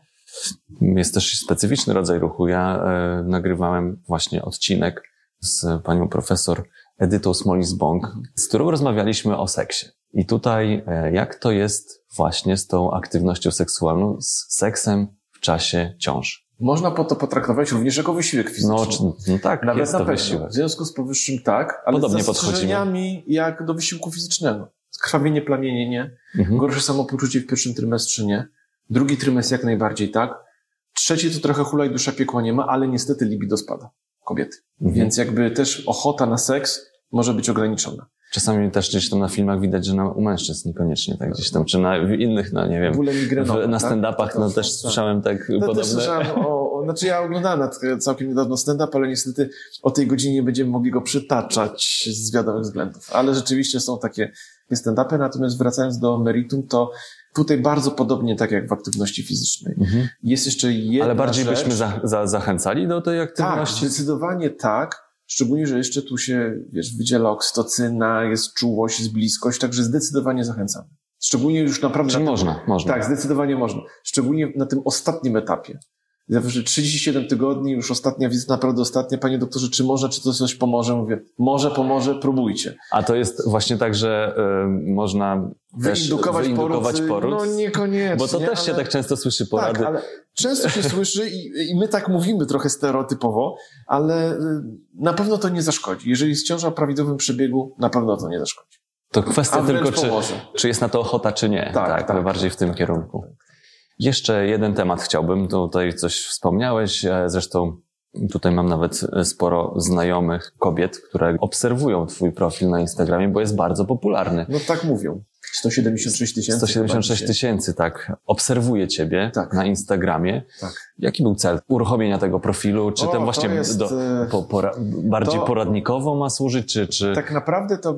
A: Jest też specyficzny rodzaj ruchu. Ja e, nagrywałem właśnie odcinek z panią profesor Edytą Smolis-Bąk, z którą rozmawialiśmy o seksie. I tutaj e, jak to jest właśnie z tą aktywnością seksualną, z seksem w czasie ciąży.
B: Można po to potraktować również jako wysiłek fizyczny.
A: No, no tak,
B: nawet
A: jest
B: na
A: to
B: pewno.
A: wysiłek.
B: W związku z powyższym tak, ale
A: podobnie
B: z zastrzeżeniami jak do wysiłku fizycznego. Skrwawienie, plamienie nie. Mhm. Gorsze samopoczucie w pierwszym trymestrze nie. Drugi trymestr jak najbardziej tak. Trzeci to trochę hulaj dusza piekła nie ma, ale niestety libido spada kobiety. Mhm. Więc jakby też ochota na seks może być ograniczona.
A: Czasami też gdzieś tam na filmach widać, że na, u mężczyzn niekoniecznie, tak gdzieś tam, czy na innych, no nie wiem, w, na stand-upach, tak? no też tak. słyszałem tak no, podobne.
B: Też słyszałem o, o, znaczy ja oglądałem całkiem niedawno stand-up, ale niestety o tej godzinie nie będziemy mogli go przytaczać z wiadomych względów. Ale rzeczywiście są takie stand-upy, natomiast wracając do meritum, to tutaj bardzo podobnie tak jak w aktywności fizycznej. Mhm. Jest jeszcze jedna
A: Ale bardziej
B: rzecz,
A: byśmy za, za, zachęcali do tej aktywności?
B: Tak, zdecydowanie tak. Szczególnie, że jeszcze tu się, wiesz, wydziela oksytocyna, jest czułość, jest bliskość, także zdecydowanie zachęcamy. Szczególnie już naprawdę...
A: Czyli
B: na
A: można,
B: tym,
A: można.
B: Tak, zdecydowanie można. Szczególnie na tym ostatnim etapie. Zawsze trzydzieści siedem tygodni, już ostatnia wizyta, naprawdę ostatnia. Panie doktorze, czy można, czy to coś pomoże? Mówię, może pomoże, próbujcie.
A: A to jest właśnie tak, że y, można
B: wyindukować,
A: wyindukować
B: poród?
A: poród?
B: No niekoniecznie.
A: Bo to też
B: ale...
A: się tak często słyszy porady.
B: Tak, ale często się słyszy i, i my tak mówimy trochę stereotypowo, ale na pewno to nie zaszkodzi. Jeżeli jest ciąża o prawidłowym przebiegu, na pewno to nie zaszkodzi.
A: To kwestia tylko, czy, czy jest na to ochota, czy nie.
B: Tak,
A: tak,
B: tak
A: bardziej w tym tak, kierunku. Tak. Jeszcze jeden temat chciałbym, tutaj coś wspomniałeś, zresztą tutaj mam nawet sporo znajomych kobiet, które obserwują twój profil na Instagramie, bo jest bardzo popularny.
B: No tak mówią. sto siedemdziesiąt sześć tysięcy.
A: sto siedemdziesiąt sześć tysięcy, tak. Obserwuję ciebie tak. na Instagramie.
B: Tak.
A: Jaki był cel uruchomienia tego profilu? Czy
B: o,
A: ten właśnie
B: jest,
A: do, po, pora, bardziej
B: to,
A: poradnikowo ma służyć, czy, czy...
B: Tak naprawdę to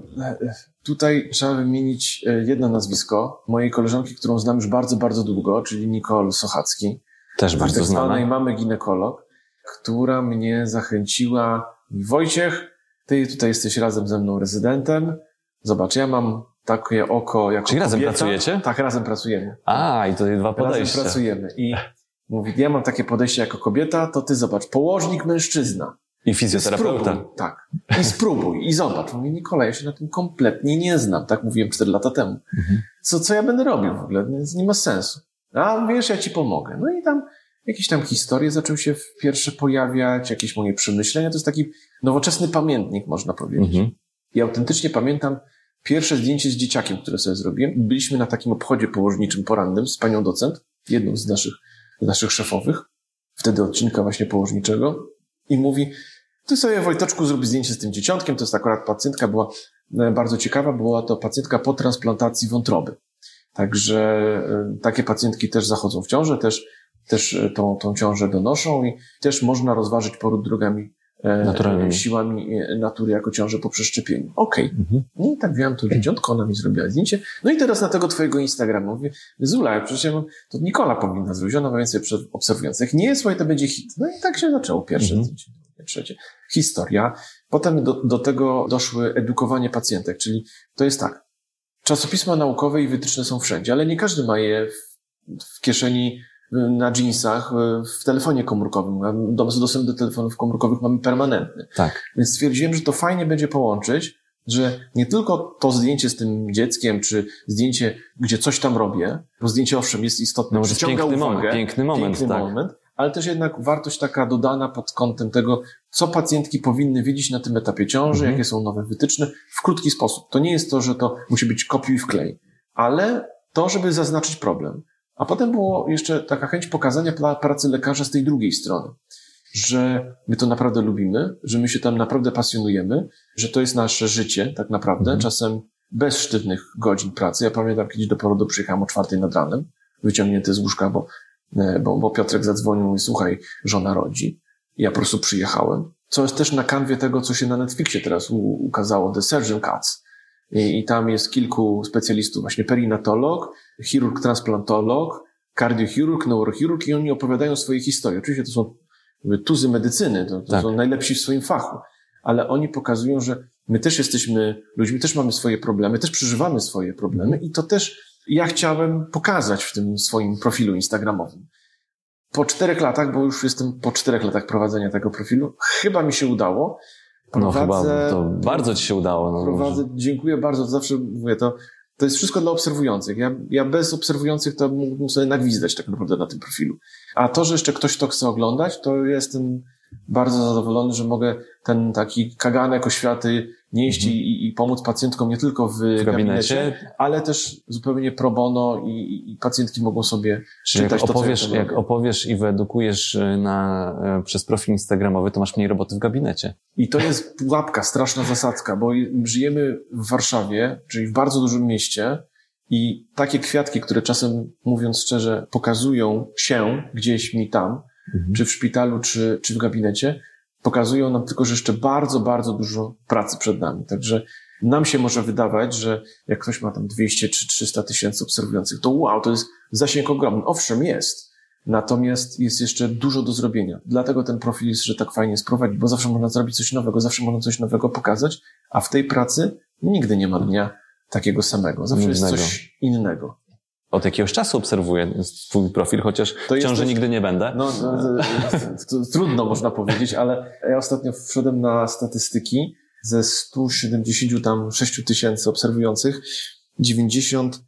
B: tutaj trzeba wymienić jedno nazwisko mojej koleżanki, którą znam już bardzo, bardzo długo, czyli Nicole Sochacki.
A: Też bardzo znana.
B: Tak mamy ginekolog, która mnie zachęciła. Wojciech, ty tutaj jesteś razem ze mną rezydentem. Zobacz, ja mam takie oko jako
A: Czyli razem
B: kobieta.
A: pracujecie?
B: Tak, razem pracujemy.
A: A, i tutaj dwa podejścia.
B: Razem pracujemy. I mówi, ja mam takie podejście jako kobieta, to ty zobacz, położnik mężczyzna.
A: I fizjoterapeuta.
B: I spróbuj, tak. I spróbuj. I zobacz. Mówię, Nikola, ja się na tym kompletnie nie znam. Tak mówiłem cztery lata temu. Mhm. Co, co ja będę robił w ogóle? Nie ma sensu. A wiesz, ja ci pomogę. No i tam jakieś tam historie zaczęły się pierwsze pojawiać, jakieś moje przemyślenia. To jest taki nowoczesny pamiętnik, można powiedzieć. Mhm. I autentycznie pamiętam pierwsze zdjęcie z dzieciakiem, które sobie zrobiłem. Byliśmy na takim obchodzie położniczym porannym z panią docent, jedną z naszych, z naszych szefowych, wtedy odcinka właśnie położniczego, i mówi, ty sobie, Wojtoczku, zrób zdjęcie z tym dzieciątkiem. To jest akurat pacjentka, była bardzo ciekawa, była to pacjentka po transplantacji wątroby. Także takie pacjentki też zachodzą w ciążę, też, też tą, tą ciążę donoszą i też można rozważyć poród drogami naturalnymi, siłami natury jako ciążę po przeszczepieniu. Okej. Okay. Mhm. No i tak wziąłem to dzieciątko, ona mi zrobiła zdjęcie. No i teraz na tego twojego Instagrama mówię, Zula, przecież ja mam, to Nikola powinna zrobić, ona ma więcej obserwujących. Nie, słuchaj, to będzie hit. No i tak się zaczęło pierwsze mhm. zdjęcie, trzecie. Historia. Potem do, do tego doszły edukowanie pacjentek, czyli to jest tak. Czasopisma naukowe i wytyczne są wszędzie, ale nie każdy ma je w, w kieszeni, na dżinsach, w telefonie komórkowym. Dostęp do telefonów komórkowych mamy permanentny.
A: Tak.
B: Więc stwierdziłem, że to fajnie będzie połączyć, że nie tylko to zdjęcie z tym dzieckiem, czy zdjęcie, gdzie coś tam robię, bo zdjęcie owszem jest istotne,
A: no, przyciąga
B: piękny
A: uwagę.
B: Moment,
A: piękny moment,
B: piękny
A: tak.
B: moment, ale też jednak wartość taka dodana pod kątem tego, co pacjentki powinny wiedzieć na tym etapie ciąży, mhm. jakie są nowe wytyczne, w krótki sposób. To nie jest to, że to musi być kopiuj wklej, ale to, żeby zaznaczyć problem. A potem było jeszcze taka chęć pokazania pracy lekarza z tej drugiej strony, że my to naprawdę lubimy, że my się tam naprawdę pasjonujemy, że to jest nasze życie tak naprawdę, mhm. czasem bez sztywnych godzin pracy. Ja pamiętam, kiedyś do porodu przyjechałem o czwartej nad ranem, wyciągnięty z łóżka, bo, bo, bo Piotrek zadzwonił i słuchaj, żona rodzi. I ja po prostu przyjechałem. Co jest też na kanwie tego, co się na Netflixie teraz u, ukazało, The Surgeon Cuts. I, I tam jest kilku specjalistów, właśnie perinatolog, chirurg, transplantolog, kardiochirurg, neurochirurg i oni opowiadają swoje historie. Oczywiście to są tuzy medycyny, to, to tak. są najlepsi w swoim fachu, ale oni pokazują, że my też jesteśmy ludźmi, też mamy swoje problemy, też przeżywamy swoje problemy i to też ja chciałem pokazać w tym swoim profilu instagramowym. Po czterech latach, bo już jestem po czterech latach prowadzenia tego profilu, chyba mi się udało.
A: Prowadzę, no chyba to bardzo ci się udało. No
B: prowadzę, może. Dziękuję bardzo, to zawsze mówię, to, to jest wszystko dla obserwujących. Ja, ja bez obserwujących to mógłbym sobie nagwizdać tak naprawdę na tym profilu. A to, że jeszcze ktoś to chce oglądać, to jestem bardzo zadowolony, że mogę ten taki kaganek oświaty nieść mm-hmm. i, i pomóc pacjentkom nie tylko w, w gabinecie, gabinecie, ale też zupełnie pro bono i, i pacjentki mogą sobie
A: Czyli
B: czytać
A: jak
B: to,
A: opowiesz,
B: co ja
A: jak opowiesz i wyedukujesz na, przez profil instagramowy, to masz mniej roboty w gabinecie.
B: I to jest pułapka, straszna zasadzka, bo żyjemy w Warszawie, czyli w bardzo dużym mieście i takie kwiatki, które czasem, mówiąc szczerze, pokazują się gdzieś mi tam, mhm. czy w szpitalu, czy, czy w gabinecie, pokazują nam tylko, że jeszcze bardzo, bardzo dużo pracy przed nami. Także nam się może wydawać, że jak ktoś ma tam dwieście czy trzysta tysięcy obserwujących, to wow, to jest zasięg ogromny. Owszem, jest. Natomiast jest jeszcze dużo do zrobienia. Dlatego ten profil jest, że tak fajnie sprowadzić, bo zawsze można zrobić coś nowego, zawsze można coś nowego pokazać, a w tej pracy nigdy nie ma dnia takiego samego. Zawsze Innego. jest coś innego.
A: Od jakiegoś czasu obserwuję twój profil, chociaż to w ciąży nigdy nie będę.
B: No, no to, to, to trudno można powiedzieć, ale ja ostatnio wszedłem na statystyki ze sto siedemdziesiąt sześć tysięcy obserwujących. dziewięćdziesiąt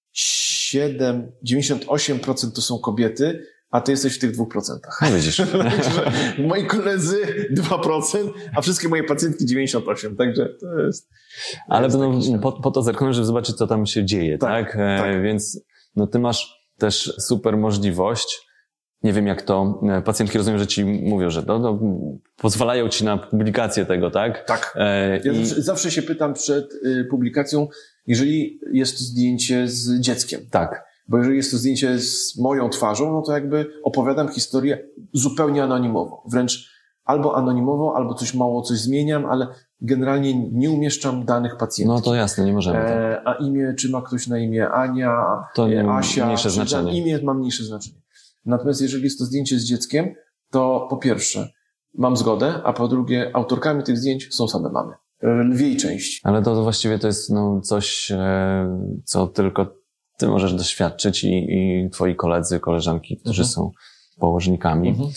B: siedem, dziewięćdziesiąt osiem procent to są kobiety, a ty jesteś w tych dwóch procentach.
A: No widzisz.
B: Moi koledzy dwa procent, a wszystkie moje pacjentki dziewięćdziesiąt osiem procent, także to jest...
A: Ale to jest no, po, po to zerknąłem, żeby zobaczyć, co tam się dzieje, tak? tak? tak. E, więc no ty masz też super możliwość. Nie wiem, jak to pacjentki rozumiem, że ci mówią, że no, no, pozwalają ci na publikację tego, tak?
B: Tak. E, ja i... zawsze, zawsze się pytam przed y, publikacją, jeżeli jest to zdjęcie z dzieckiem.
A: Tak.
B: Bo jeżeli jest to zdjęcie z moją twarzą, no to jakby opowiadam historię zupełnie anonimowo. Wręcz albo anonimowo, albo coś mało coś zmieniam, ale generalnie nie umieszczam danych pacjentów.
A: No to jasne, nie możemy.
B: E, a imię, czy ma ktoś na imię Ania,
A: to nie,
B: Asia,
A: mniejsze znaczenie.
B: Imię ma mniejsze znaczenie. Natomiast jeżeli jest to zdjęcie z dzieckiem, to po pierwsze mam zgodę, a po drugie autorkami tych zdjęć są same mamy. Lwiej części.
A: Ale to, to właściwie to jest no, coś, e, co tylko ty możesz doświadczyć i, i twoi koledzy, koleżanki, którzy mhm. są położnikami,
B: Mhm.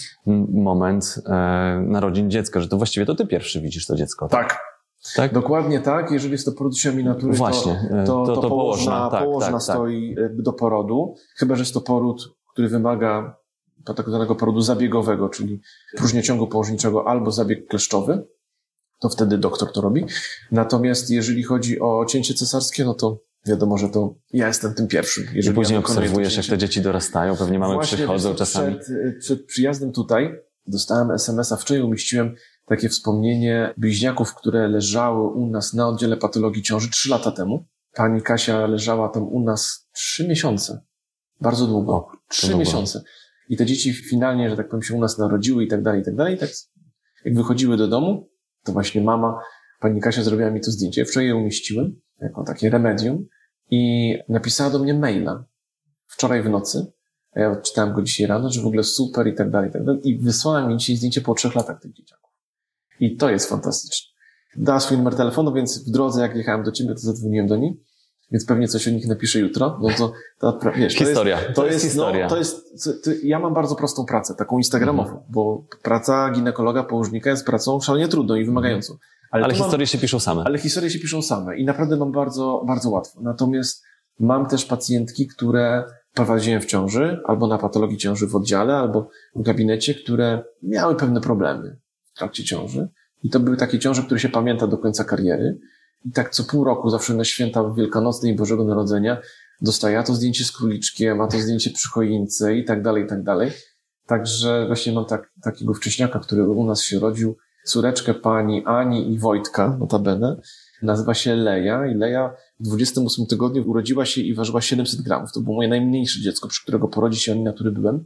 A: moment e, narodzin dziecka, że to właściwie to ty pierwszy widzisz to dziecko.
B: Tak.
A: Tak?
B: Dokładnie tak. Jeżeli jest to produkcja minatury,
A: Właśnie,
B: to, to,
A: to,
B: to,
A: to
B: położna,
A: położna, tak,
B: położna
A: tak,
B: stoi tak. do porodu. Chyba że jest to poród, który wymaga tak zwanego porodu zabiegowego, czyli próżniociągu położniczego albo zabieg kleszczowy, to wtedy doktor to robi. Natomiast jeżeli chodzi o cięcie cesarskie, no to wiadomo, że to ja jestem tym pierwszym.
A: I później ja obserwujesz, jak te dzieci dorastają, pewnie mamy
B: Właśnie
A: przychodzą czasami.
B: Przed, przed przyjazdem tutaj dostałem es em es a, wczoraj umieściłem takie wspomnienie bliźniaków, które leżały u nas na oddziale patologii ciąży trzy lata temu. Pani Kasia leżała tam u nas trzy miesiące. Bardzo długo.
A: O,
B: trzy
A: długo.
B: miesiące. I te dzieci finalnie, że tak powiem, się u nas narodziły i tak dalej, i tak dalej. Tak jak wychodziły do domu, to właśnie mama, pani Kasia zrobiła mi to zdjęcie. Wczoraj je umieściłem jako takie remedium i napisała do mnie maila wczoraj w nocy. A ja czytałem go dzisiaj rano, że w ogóle super i tak dalej, i tak dalej. I wysłała mi dzisiaj zdjęcie po trzech latach tych dzieciaków. I to jest fantastyczne. Dała swój numer telefonu, więc w drodze, jak jechałem do ciebie, to zadzwoniłem do niej. Więc pewnie coś o nich napiszę jutro. No to, to wiesz,
A: historia.
B: To jest,
A: to
B: to
A: jest
B: jest,
A: historia.
B: No, to jest, to, ja mam bardzo prostą pracę, taką instagramową, mhm. bo praca ginekologa, położnika jest pracą szalenie trudną i wymagającą.
A: Ale, ale historie
B: mam,
A: się piszą same.
B: Ale historie się piszą same i naprawdę mam bardzo, bardzo łatwo. Natomiast mam też pacjentki, które prowadziłem w ciąży, albo na patologii ciąży w oddziale, albo w gabinecie, które miały pewne problemy w trakcie ciąży. I to były takie ciąże, które się pamięta do końca kariery. I tak co pół roku, zawsze na święta Wielkanocne i Bożego Narodzenia, dostaję a to zdjęcie z króliczkiem, a to zdjęcie przy choince i tak dalej, i tak dalej. Także właśnie mam tak, takiego wcześniaka, który u nas się rodził, córeczkę pani Ani i Wojtka, notabene, nazywa się Leja i Leja w dwudziestym ósmym tygodniu urodziła się i ważyła siedemset gramów. To było moje najmniejsze dziecko, przy którego porodzie się na który byłem.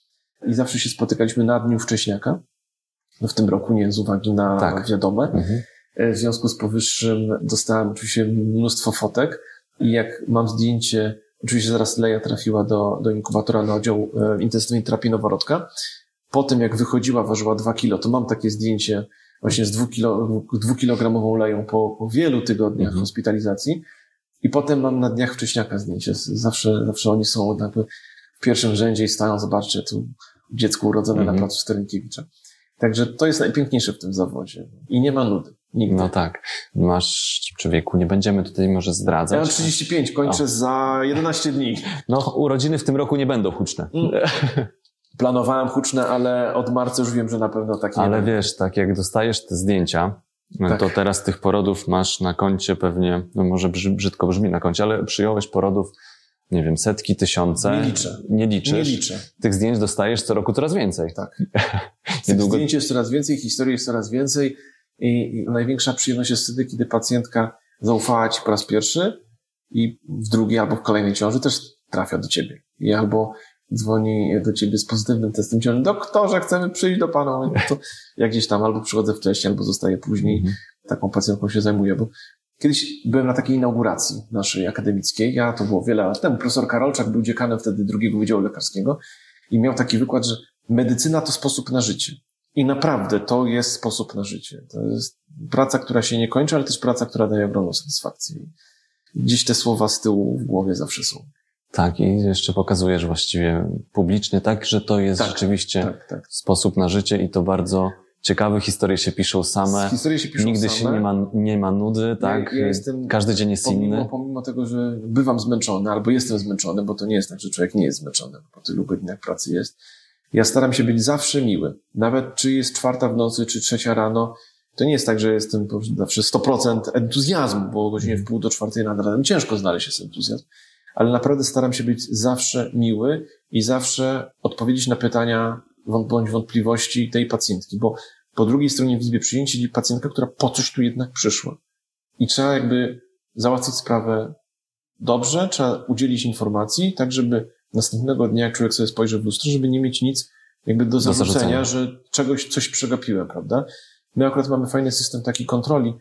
B: I zawsze się spotykaliśmy na dniu wcześniaka. No w tym roku nie z uwagi na
A: tak.
B: wiadome.
A: Mhm.
B: W związku z powyższym dostałem oczywiście mnóstwo fotek i jak mam zdjęcie, oczywiście zaraz Leja trafiła do, do inkubatora na oddział e, intensywnej terapii noworodka. Po tym jak wychodziła, ważyła dwa kilo, to mam takie zdjęcie właśnie z dwukilo, dwukilogramową Leją po, po wielu tygodniach mhm. hospitalizacji. I potem mam na dniach wcześniaka zdjęcie. Zawsze, zawsze oni są jakby w pierwszym rzędzie i stają, zobaczcie, tu dziecko urodzone mhm. na placu Sterynkiewicza. Także to jest najpiękniejsze w tym zawodzie. I nie ma nudy. Nigdy.
A: No tak. Masz, czy wieku nie będziemy tutaj może zdradzać.
B: Ja mam trzydzieści pięć, kończę o. za jedenaście dni.
A: No, urodziny w tym roku nie będą huczne. Mm.
B: Planowałem huczne, ale od marca już wiem, że na pewno takie
A: Ale
B: nie
A: wiesz, tak jak dostajesz te zdjęcia,
B: tak.
A: to teraz tych porodów masz na koncie pewnie, no może brzydko brzmi na koncie, ale przyjąłeś porodów, nie wiem, setki, tysiące.
B: Nie liczę.
A: Nie liczysz.
B: Nie liczę.
A: Tych zdjęć dostajesz co roku coraz więcej.
B: Tak. Tych zdjęć jest coraz więcej, historii jest coraz więcej. I, I największa przyjemność jest wtedy, kiedy pacjentka zaufała ci po raz pierwszy i w drugiej albo w kolejnej ciąży też trafia do ciebie. I albo dzwoni do ciebie z pozytywnym testem ciąży. Doktorze, chcemy przyjść do pana. No to ja gdzieś tam albo przychodzę wcześniej, albo zostaję później. Mhm. Taką pacjentką się zajmuję, bo kiedyś byłem na takiej inauguracji naszej akademickiej. Ja, to było wiele lat temu. Profesor Karolczak był dziekanem wtedy drugiego Wydziału Lekarskiego i miał taki wykład, że medycyna to sposób na życie. I naprawdę to jest sposób na życie. To jest praca, która się nie kończy, ale też praca, która daje ogromną satysfakcję. Gdzieś te słowa z tyłu w głowie zawsze są.
A: Tak, i jeszcze pokazujesz właściwie publicznie tak, że to jest
B: tak,
A: rzeczywiście
B: tak, tak.
A: sposób na życie i to bardzo ciekawe historie się piszą same.
B: Historie się piszą
A: Nigdy
B: same.
A: się nie ma, nie ma nudy, tak?
B: Ja, ja jestem,
A: każdy dzień jest
B: pomimo,
A: inny.
B: Pomimo tego, że bywam zmęczony, albo jestem zmęczony, bo to nie jest tak, że człowiek nie jest zmęczony, po tylu godzinach pracy jest. Ja staram się być zawsze miły. Nawet czy jest czwarta w nocy, czy trzecia rano, to nie jest tak, że jestem zawsze sto procent entuzjazmu, bo o godzinie w pół do czwartej nad ranem ciężko znaleźć jest entuzjazm. Ale naprawdę staram się być zawsze miły i zawsze odpowiedzieć na pytania bądź wątpliwości tej pacjentki, bo po drugiej stronie w izbie przyjęć siedzi pacjentka, która po coś tu jednak przyszła. I trzeba jakby załatwić sprawę dobrze, trzeba udzielić informacji, tak żeby następnego dnia, jak człowiek sobie spojrzy w lustro, żeby nie mieć nic jakby do zarzucenia, że czegoś, coś przegapiłem, prawda? My akurat mamy fajny system takiej kontroli,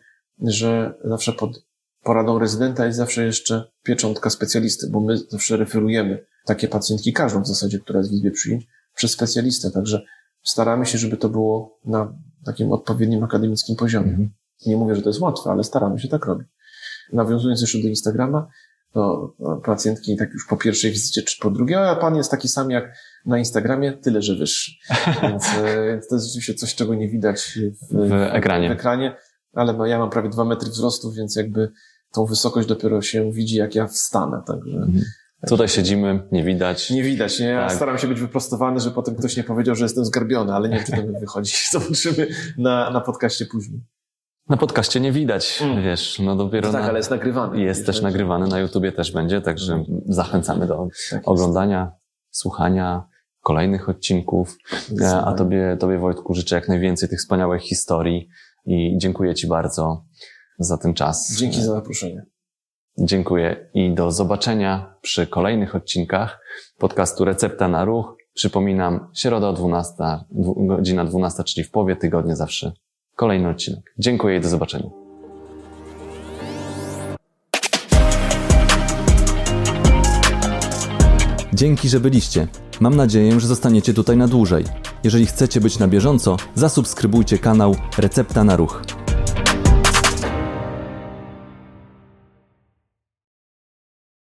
B: że zawsze pod poradą rezydenta jest zawsze jeszcze pieczątka specjalisty, bo my zawsze referujemy takie pacjentki, każdą w zasadzie, która jest w izbie przyjęć, przez specjalistę, także staramy się, żeby to było na takim odpowiednim akademickim poziomie. Mhm. Nie mówię, że to jest łatwe, ale staramy się tak robić. Nawiązując jeszcze do Instagrama, do, do pacjentki tak już po pierwszej wizycie czy po drugiej, a pan jest taki sam jak na Instagramie, tyle że wyższy. Więc, więc to jest rzeczywiście coś, czego nie widać w,
A: w ekranie.
B: W ekranie, ale no, ja mam prawie dwa metry wzrostu, więc jakby tą wysokość dopiero się widzi, jak ja wstanę. Także,
A: mhm. Tutaj siedzimy, nie widać.
B: Nie widać, nie? Ja
A: tak.
B: staram się być wyprostowany, że potem ktoś nie powiedział, że jestem zgarbiony, ale nie wiem, czy to mi wychodzi. Zobaczymy na, na podcaście później.
A: Na podcaście nie widać, mm. wiesz, no dopiero
B: no tak,
A: na...
B: ale jest nagrywany.
A: Jest też nagrywany, na YouTubie też będzie, także mm. zachęcamy do tak oglądania, słuchania kolejnych odcinków. A tobie, tobie Wojtku życzę jak najwięcej tych wspaniałych historii i dziękuję ci bardzo za ten czas.
B: Dzięki za zaproszenie.
A: Dziękuję i do zobaczenia przy kolejnych odcinkach podcastu Recepta na Ruch. Przypominam, środa o dwunasta, godzina dwunasta, czyli w połowie tygodnia zawsze kolejny odcinek. Dziękuję i do zobaczenia. Dzięki, że byliście. Mam nadzieję, że zostaniecie tutaj na dłużej. Jeżeli chcecie być na bieżąco, zasubskrybujcie kanał Recepta na Ruch.